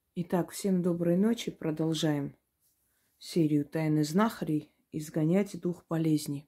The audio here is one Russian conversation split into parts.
Итак, всем доброй ночи. Продолжаем серию «Тайны знахарей. Изгонять дух болезни».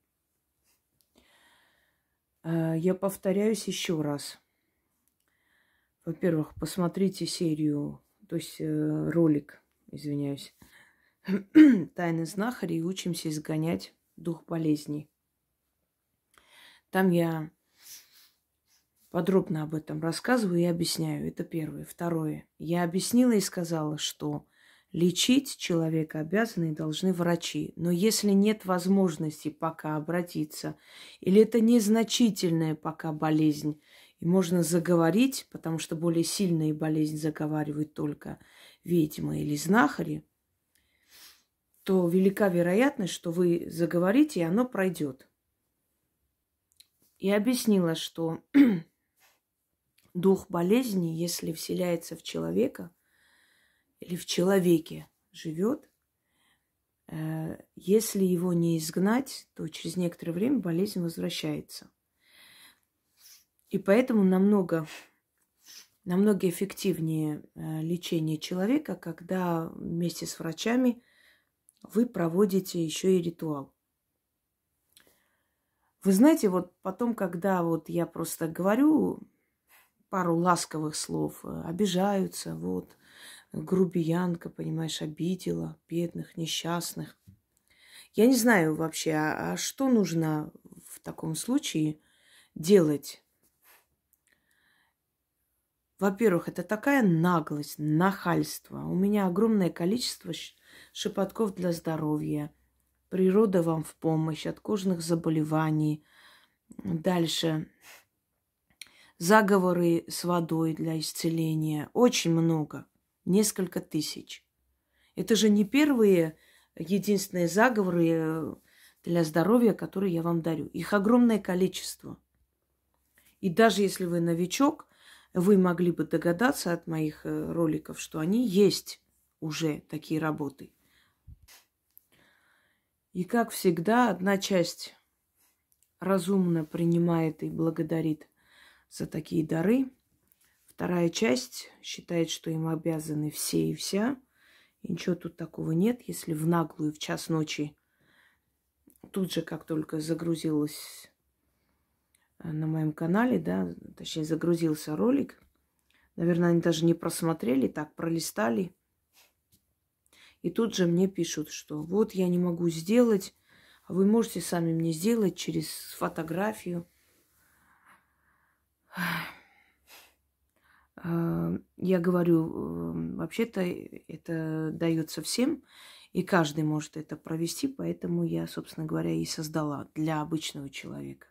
Я повторяюсь еще раз. Во-первых, посмотрите серию, то есть ролик, извиняюсь, «Тайны знахарей. Учимся изгонять дух болезни». Там я подробно об этом рассказываю и объясняю. Это первое. Второе. Я объяснила и сказала, что лечить человека обязаны и должны врачи. Но если нет возможности пока обратиться, или это незначительная пока болезнь, и можно заговорить, потому что более сильные болезни заговаривают только ведьмы или знахари, то велика вероятность, что вы заговорите, и оно пройдет. И объяснила, что дух болезни, если вселяется в человека или в человеке живет, если его не изгнать, то через некоторое время болезнь возвращается. И поэтому намного эффективнее лечение человека, когда вместе с врачами вы проводите еще и ритуал. Вы знаете, вот потом, когда вот я просто говорю пару ласковых слов, обижаются, вот, грубиянка, понимаешь, обидела бедных, несчастных. Я не знаю вообще, а что нужно в таком случае делать? Во-первых, это такая наглость, нахальство. У меня огромное количество шепотков для здоровья. Природа вам в помощь от кожных заболеваний. Дальше. Заговоры с водой для исцеления. Очень много. Несколько тысяч. Это же не первые единственные заговоры для здоровья, которые я вам дарю. Их огромное количество. И даже если вы новичок, вы могли бы догадаться от моих роликов, что они есть уже, такие работы. И как всегда, одна часть разумно принимает и благодарит за такие дары. Вторая часть считает, что им обязаны все и вся. И ничего тут такого нет, если в наглую, в час ночи, тут же, как только загрузилась на моем канале, да, точнее, загрузился ролик, наверное, они даже не просмотрели, так пролистали. И тут же мне пишут, что вот я не могу сделать, а вы можете сами мне сделать через фотографию. Я говорю, вообще-то это дается всем, и каждый может это провести, поэтому я, собственно говоря, и создала для обычного человека.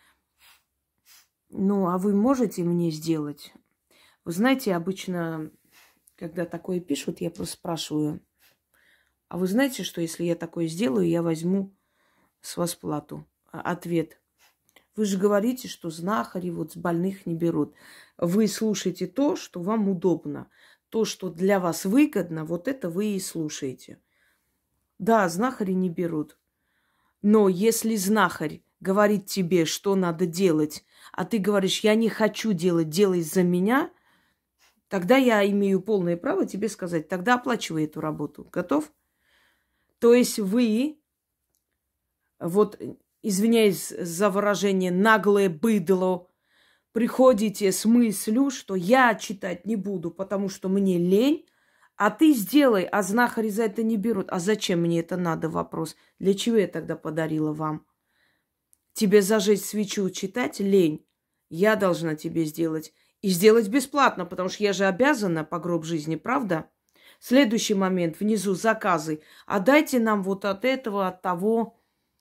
Ну, а вы можете мне сделать? Вы знаете, обычно, когда такое пишут, я просто спрашиваю, а вы знаете, что если я такое сделаю, я возьму с вас плату? Ответ. Вы же говорите, что знахари вот с больных не берут. Вы слушаете то, что вам удобно. То, что для вас выгодно, вот это вы и слушаете. Да, знахари не берут. Но если знахарь говорит тебе, что надо делать, а ты говоришь, я не хочу делать, делай за меня, тогда я имею полное право тебе сказать, тогда оплачивай эту работу. Готов? То есть вы, вот, извиняюсь за выражение, наглое быдло, приходите с мыслью, что я читать не буду, потому что мне лень, а ты сделай, а знахари за это не берут. А зачем мне это надо? Вопрос. Для чего я тогда подарила вам? Тебе зажечь свечу читать лень. Я должна тебе сделать. И сделать бесплатно, потому что я же обязана по гроб жизни, правда? Следующий момент. Внизу заказы. А дайте нам вот от этого, от того.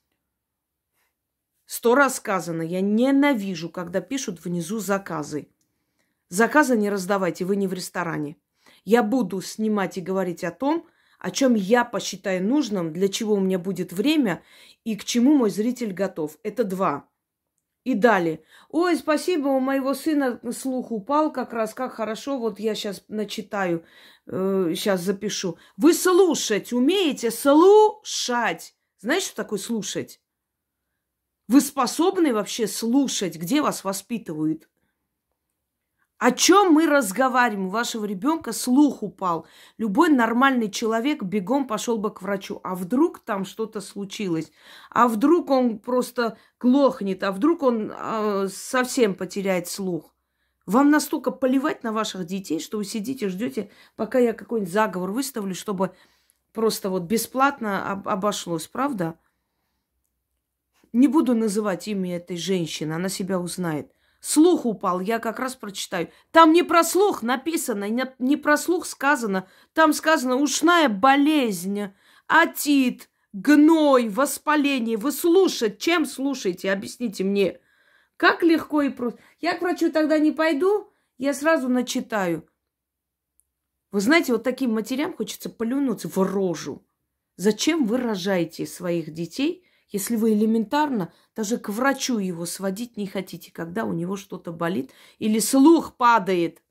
100 раз сказано. Я ненавижу, когда пишут внизу заказы. Заказы не раздавайте, вы не в ресторане. Я буду снимать и говорить о том, о чем я посчитаю нужным, для чего у меня будет время и к чему мой зритель готов. Это 2. И далее. Ой, спасибо, у моего сына слух упал как раз, как хорошо. Вот я сейчас начитаю, сейчас запишу. Вы слушать умеете? Слушать. Знаете, что такое слушать? Вы способны вообще слушать? Где вас воспитывают? О чем мы разговариваем? У вашего ребенка слух упал. Любой нормальный человек бегом пошел бы к врачу. А вдруг там что-то случилось? А вдруг он просто глохнет? А вдруг он совсем потеряет слух? Вам настолько поливать на ваших детей, что вы сидите, ждете, пока я какой-нибудь заговор выставлю, чтобы просто вот бесплатно обошлось, правда? Не буду называть имя этой женщины, она себя узнает. Слух упал, я как раз прочитаю. Там не про слух написано, не про слух сказано. Там сказано ушная болезнь, отит, гной, воспаление. Вы слушать, чем слушаете? Объясните мне. Как легко и просто. Я к врачу тогда не пойду, я сразу начитаю. Вы знаете, вот таким матерям хочется плюнуть в рожу. Зачем вы рожаете своих детей, если вы элементарно даже к врачу его сводить не хотите, когда у него что-то болит или слух падает?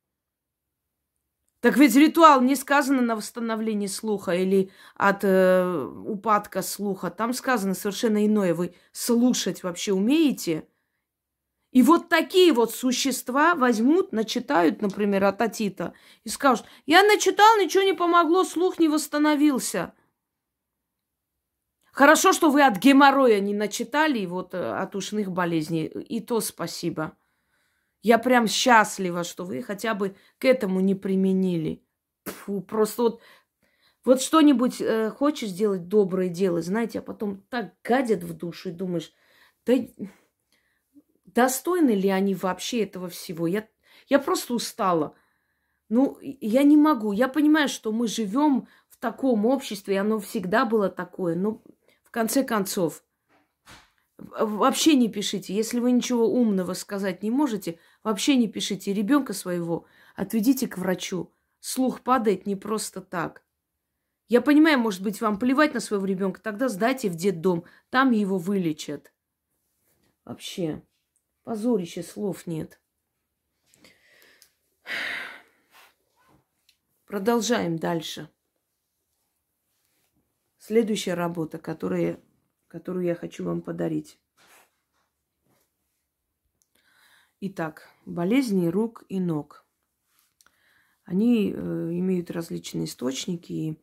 Так ведь ритуал не сказано на восстановление слуха или от упадка слуха. Там сказано совершенно иное. Вы слушать вообще умеете? И вот такие вот существа возьмут, начитают, например, от отита и скажут: я начитал, ничего не помогло, слух не восстановился. Хорошо, что вы от геморроя не начитали, и вот от ушных болезней. И то спасибо. Я прям счастлива, что вы хотя бы к этому не применили. Фу, просто вот что-нибудь хочешь сделать доброе дело, знаете, а потом так гадят в душу и думаешь, да достойны ли они вообще этого всего? Я просто устала. Ну, я не могу. Я понимаю, что мы живем в таком обществе, и оно всегда было такое. Но в конце концов, вообще не пишите. Если вы ничего умного сказать не можете, вообще не пишите. Ребенка своего отведите к врачу. Слух падает не просто так. Я понимаю, может быть, вам плевать на своего ребенка, тогда сдайте в детдом, там его вылечат. Вообще, позорище, слов нет. Продолжаем дальше. Следующая работа, которую я хочу вам подарить. Итак, болезни рук и ног. Они имеют различные источники, и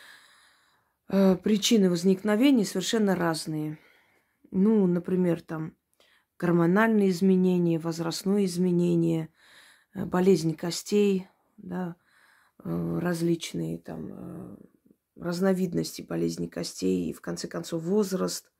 причины возникновения совершенно разные. Ну, например, там гормональные изменения, возрастное изменение, болезнь костей, да, различные там разновидности болезни костей и, в конце концов, возраст,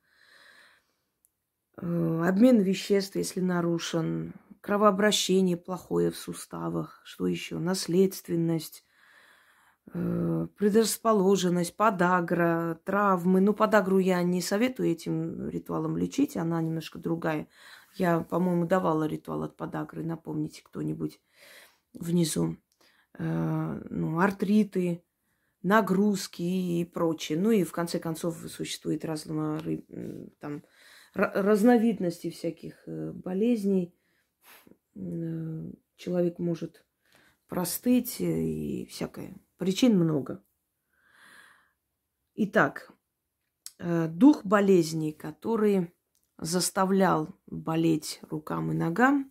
обмен веществ, если нарушен, кровообращение плохое в суставах, что еще, наследственность, предрасположенность, подагра, травмы. Ну, подагру я не советую этим ритуалом лечить, она немножко другая. Я, по-моему, давала ритуал от подагры, напомните кто-нибудь внизу. Ну, артриты, нагрузки и прочее. Ну и в конце концов существует там разновидности всяких болезней. Человек может простыть и всякое. Причин много. Итак, дух болезней, который заставлял болеть рукам и ногам,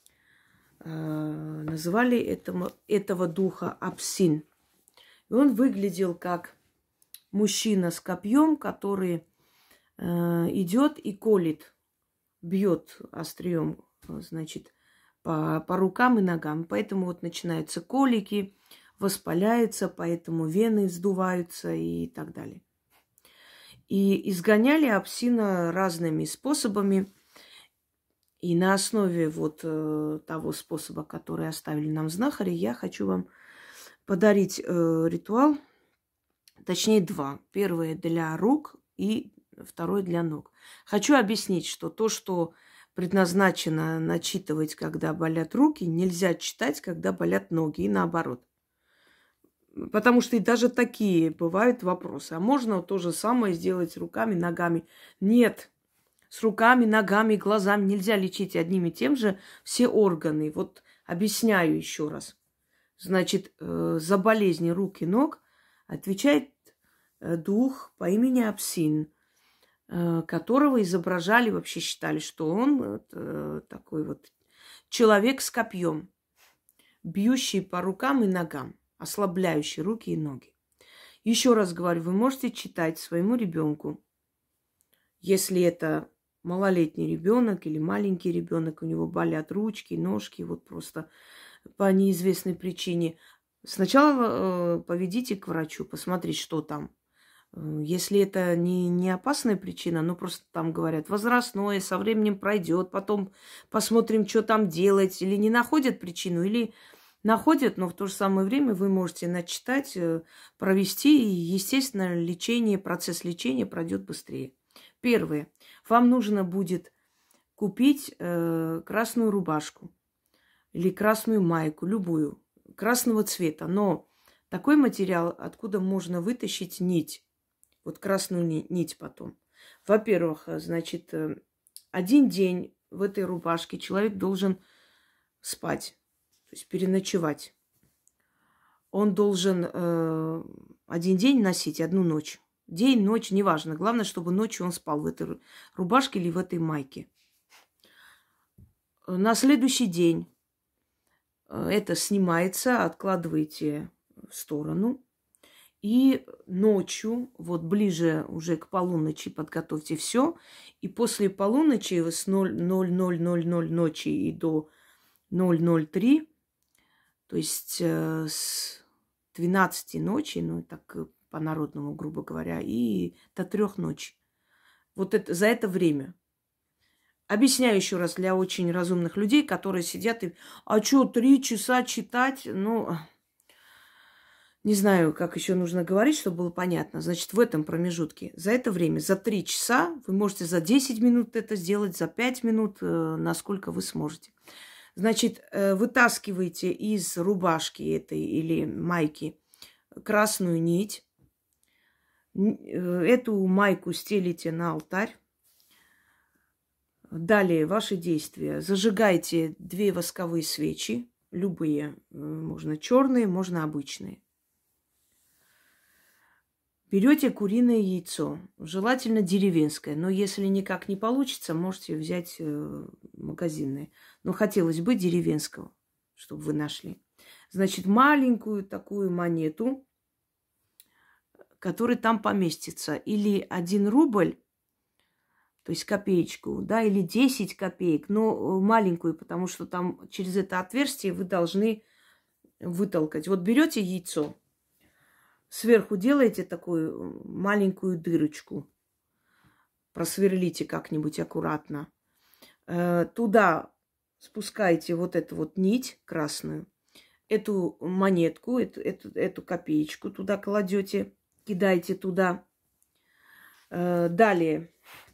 называли этого духа Апсин. И он выглядел как мужчина с копьем, который идет и колет, бьет острием, значит, по рукам и ногам. Поэтому вот начинаются колики, воспаляется, поэтому вены вздуваются и так далее. И изгоняли Апсина разными способами. И на основе вот того способа, который оставили нам знахари, я хочу вам подарить ритуал, точнее два. Первое для рук и второе для ног. Хочу объяснить, что то, что предназначено начитывать, когда болят руки, нельзя читать, когда болят ноги, и наоборот. Потому что и даже такие бывают вопросы. А можно то же самое сделать руками, ногами? Нет. С руками, ногами, глазами нельзя лечить одним и тем же все органы. Вот объясняю еще раз. Значит, за болезни рук и ног отвечает дух по имени Апсин, которого изображали, вообще считали, что он такой вот человек с копьем. бьющий по рукам и ногам, ослабляющий руки и ноги. Еще раз говорю, вы можете читать своему ребенку, если это малолетний ребенок или маленький ребенок, у него болят ручки, ножки, вот просто по неизвестной причине. Сначала поведите к врачу, посмотреть, что там. Если это не опасная причина, ну просто там говорят возрастное, со временем пройдет, потом посмотрим, что там делать. Или не находят причину, или находят, но в то же самое время вы можете начитать, провести, и, естественно, процесс лечения пройдет быстрее. Первое. Вам нужно будет купить красную рубашку или красную майку, любую, красного цвета. Но такой материал, откуда можно вытащить нить, вот красную нить потом. Во-первых, значит, один день в этой рубашке человек должен спать, то есть переночевать. Он должен один день носить, одну ночь. День, ночь, неважно. Главное, чтобы ночью он спал в этой рубашке или в этой майке. На следующий день это снимается, откладываете в сторону. И ночью, вот ближе уже к полуночи подготовьте все. И после полуночи с 00:00 ночи и до 0:03, то есть с 12 ночи, ну так по-народному, грубо говоря, и до 3 ночи. Вот это, за это время. Объясняю еще раз для очень разумных людей, которые сидят и... А что, 3 часа читать? Ну, не знаю, как еще нужно говорить, чтобы было понятно. Значит, в этом промежутке, за это время, за 3 часа, вы можете за 10 минут это сделать, за 5 минут, насколько вы сможете. Значит, вытаскиваете из рубашки этой или майки красную нить. Эту майку стелите на алтарь. Далее ваши действия. Зажигайте 2 восковые свечи, любые, можно черные, можно обычные. Берете куриное яйцо, желательно деревенское, но если никак не получится, можете взять магазинное. Но хотелось бы деревенского, чтобы вы нашли. Значит, маленькую такую монету, которая там поместится, или 1 рубль, то есть копеечку, да, или 10 копеек, но маленькую, потому что там через это отверстие вы должны вытолкать. Вот берете яйцо, сверху делаете такую маленькую дырочку, просверлите как-нибудь аккуратно. Туда спускаете вот эту вот нить красную, эту монетку, эту копеечку туда кладете, кидаете туда. Далее.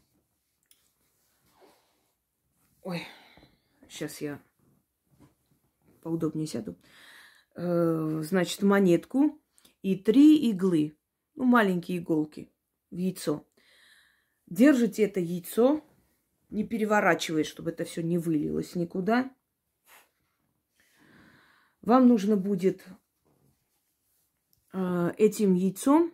Ой, сейчас я поудобнее сяду. Значит, монетку и 3 иглы, ну, маленькие иголки в яйцо. Держите это яйцо, не переворачивая, чтобы это все не вылилось никуда. Вам нужно будет этим яйцом,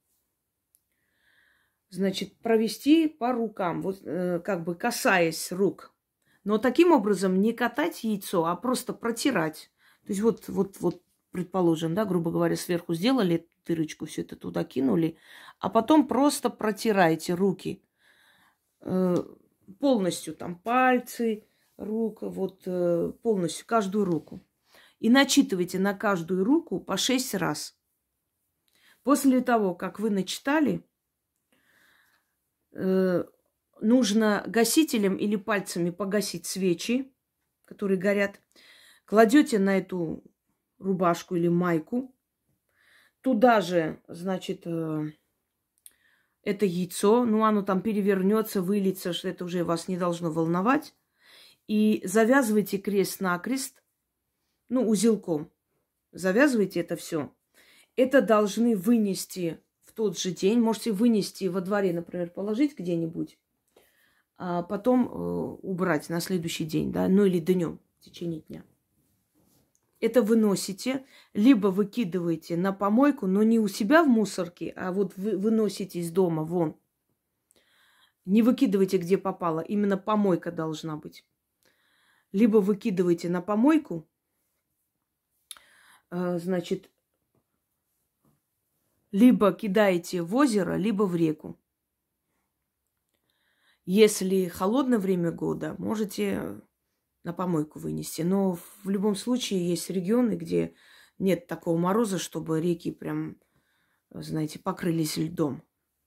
значит, провести по рукам, вот как бы касаясь рук. Но таким образом не катать яйцо, а просто протирать. То есть вот, предположим, да, грубо говоря, сверху сделали дырочку, все это туда кинули, а потом просто протираете руки. Полностью там пальцы, рук, вот полностью каждую руку. И начитывайте на каждую руку по 6 раз. После того, как вы начитали, нужно гасителем или пальцами погасить свечи, которые горят. Кладете на эту рубашку или майку. Туда же, значит, это яйцо. Ну, оно там перевернется, выльется, что это уже вас не должно волновать. И завязывайте крест-накрест, ну, узелком. Завязывайте это все. Это должны вынести в тот же день. Можете вынести во дворе, например, положить где-нибудь, а потом убрать на следующий день, да, ну или днем, в течение дня. Это выносите, либо выкидываете на помойку, но не у себя в мусорке, а вот вы выносите из дома вон. Не выкидывайте, где попало, именно помойка должна быть. Либо выкидываете на помойку, значит, либо кидаете в озеро, либо в реку. Если холодное время года, можете на помойку вынести. Но в любом случае есть регионы, где нет такого мороза, чтобы реки прям, знаете, покрылись льдом.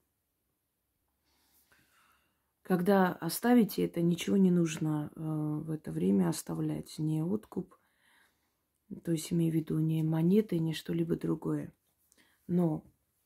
Когда оставите это, ничего не нужно в это время оставлять. Ни откуп, то есть имею в виду не монеты, ни что-либо другое. Но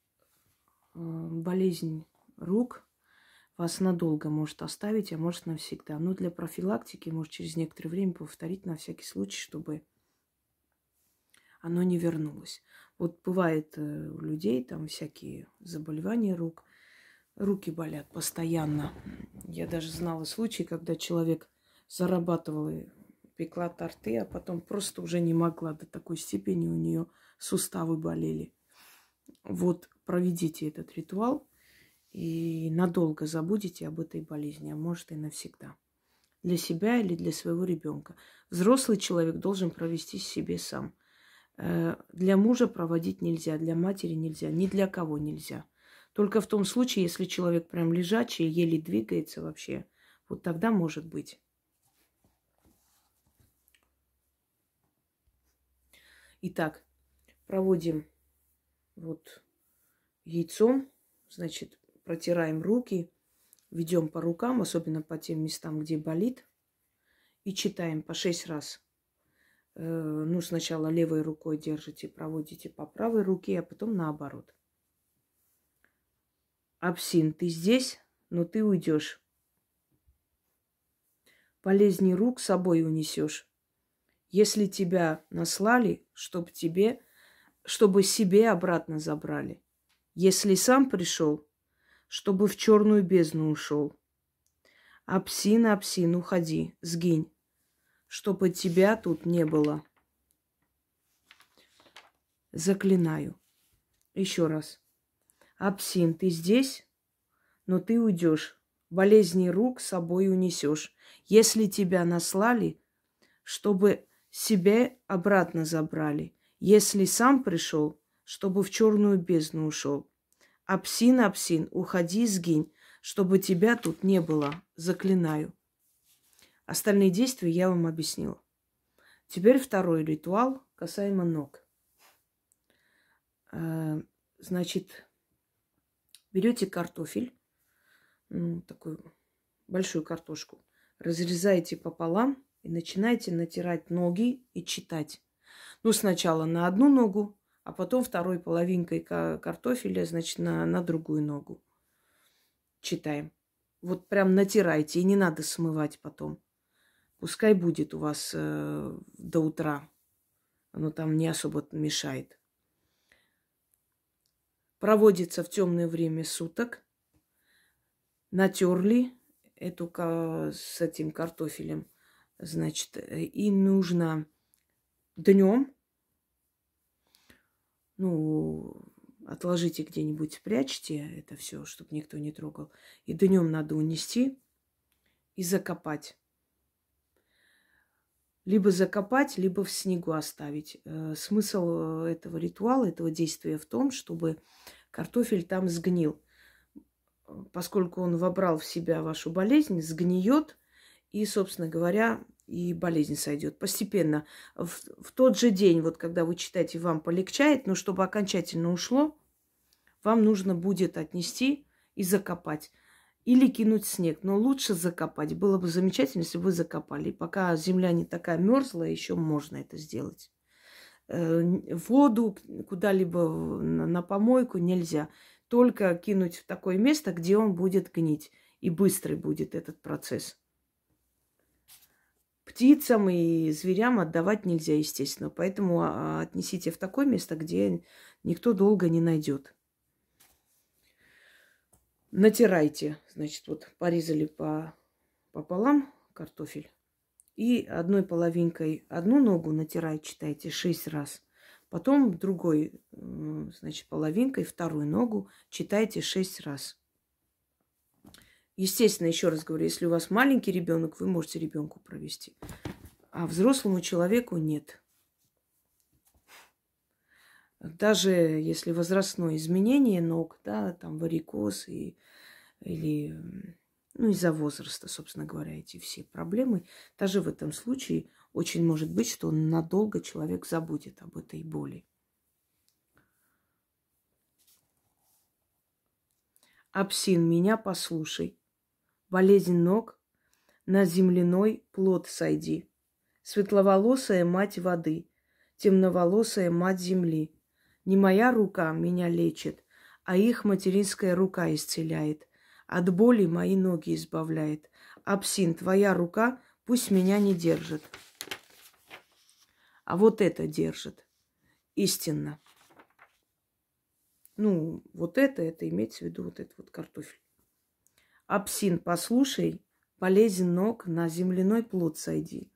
болезнь рук вас надолго может оставить, а может навсегда. Но для профилактики, может через некоторое время повторить на всякий случай, чтобы оно не вернулось. Вот бывает у людей там всякие заболевания рук, руки болят постоянно. Я даже знала случаи, когда человек зарабатывал и пекла торты, а потом просто уже не могла, до такой степени у нее суставы болели. Вот проведите этот ритуал и надолго забудете об этой болезни, а может и навсегда. Для себя или для своего ребенка. Взрослый человек должен провести себе сам. Для мужа проводить нельзя, для матери нельзя, ни для кого нельзя. Только в том случае, если человек прям лежачий, еле двигается вообще, вот тогда может быть. Итак, проводим вот яйцом, значит, протираем руки, ведем по рукам, особенно по тем местам, где болит, и читаем по 6 раз. Ну, сначала левой рукой держите, проводите по правой руке, а потом наоборот. Апсин, ты здесь, но ты уйдешь. Болезни рук с собой унесешь. Если тебя наслали, чтобы себе обратно забрали. Если сам пришел, чтобы в черную бездну ушел. Апсин, апсин, уходи, сгинь, чтобы тебя тут не было. Заклинаю. Еще раз. Апсин, ты здесь, но ты уйдешь. Болезни рук с собой унесешь. Если тебя наслали, чтобы себе обратно забрали. Если сам пришел, чтобы в черную бездну ушел. Апсин, апсин, уходи, сгинь, чтобы тебя тут не было. Заклинаю. Остальные действия я вам объяснила. Теперь второй ритуал касаемо ног. Значит, берете картофель, такую большую картошку, разрезаете пополам и начинаете натирать ноги и читать. Ну, сначала на одну ногу, а потом второй половинкой картофеля, значит, на другую ногу. Читаем. Вот прям натирайте, и не надо смывать потом. Пускай будет у вас до утра. Оно там не особо мешает. Проводится в темное время суток. Натерли с этим картофелем. Значит, и нужно днем, отложите где-нибудь, прячьте это все, чтобы никто не трогал. И днем надо унести и закопать. Либо закопать, либо в снегу оставить. Смысл этого ритуала, этого действия в том, чтобы картофель там сгнил. Поскольку он вобрал в себя вашу болезнь, сгниет, и, собственно говоря, и болезнь сойдет постепенно. В тот же день, вот когда вы читаете, вам полегчает, но чтобы окончательно ушло, вам нужно будет отнести и закопать. Или кинуть в снег. Но лучше закопать. Было бы замечательно, если бы вы закопали. Пока земля не такая мерзлая, еще можно это сделать. Воду куда-либо на помойку нельзя. Только кинуть в такое место, где он будет гнить. И быстрый будет этот процесс. Птицам и зверям отдавать нельзя, естественно. Поэтому отнесите в такое место, где никто долго не найдет. Натирайте. Значит, вот порезали пополам картофель. И одной половинкой одну ногу натирайте, читайте 6 раз. Потом другой, значит, половинкой вторую ногу читайте 6 раз. Естественно, еще раз говорю, если у вас маленький ребенок, вы можете ребенку провести. А взрослому человеку нет. Даже если возрастное изменение ног, да, там варикоз или, ну, из-за возраста, собственно говоря, эти все проблемы, даже в этом случае очень может быть, что надолго человек забудет об этой боли. Апсин, меня послушай, болезнь ног, на земляной плод сойди. Светловолосая мать воды, темноволосая мать земли. Не моя рука меня лечит, а их материнская рука исцеляет. От боли мои ноги избавляет. Апсин, твоя рука пусть меня не держит. А вот это держит. Истинно. Ну, вот это имеется в виду вот этот вот картофель. Апсин, послушай, болезнь ног, на земляной плод сойди.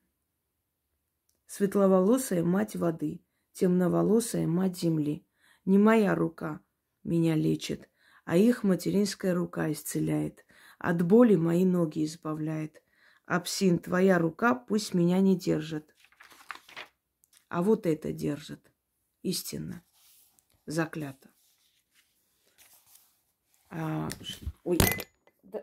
Светловолосая мать воды, темноволосая мать земли. Не моя рука меня лечит, а их материнская рука исцеляет. От боли мои ноги избавляет. Апсин, твоя рука пусть меня не держит. А вот это держит. Истинно. Заклято. Ой. Да.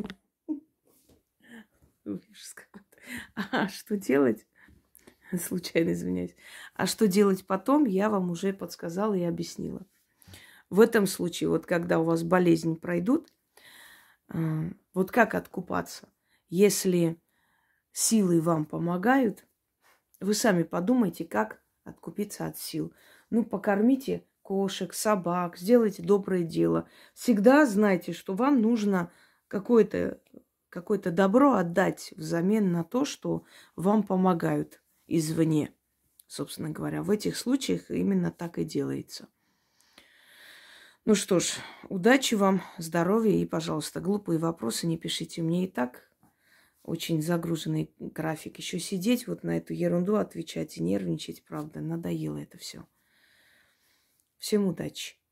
А что делать? Случайно извиняюсь. А что делать потом, я вам уже подсказала и объяснила. В этом случае, вот когда у вас болезни пройдут, вот как откупаться? Если силы вам помогают, вы сами подумайте, как откупиться от сил. Ну, покормите кошек, собак, сделайте доброе дело. Всегда знайте, что вам нужно какое-то добро отдать взамен на то, что вам помогают извне. Собственно говоря, в этих случаях именно так и делается. Ну что ж, удачи вам, здоровья и, пожалуйста, глупые вопросы не пишите. Мне и так очень загруженный график. Еще сидеть вот на эту ерунду, отвечать и нервничать, правда, надоело это все. Всем удачи.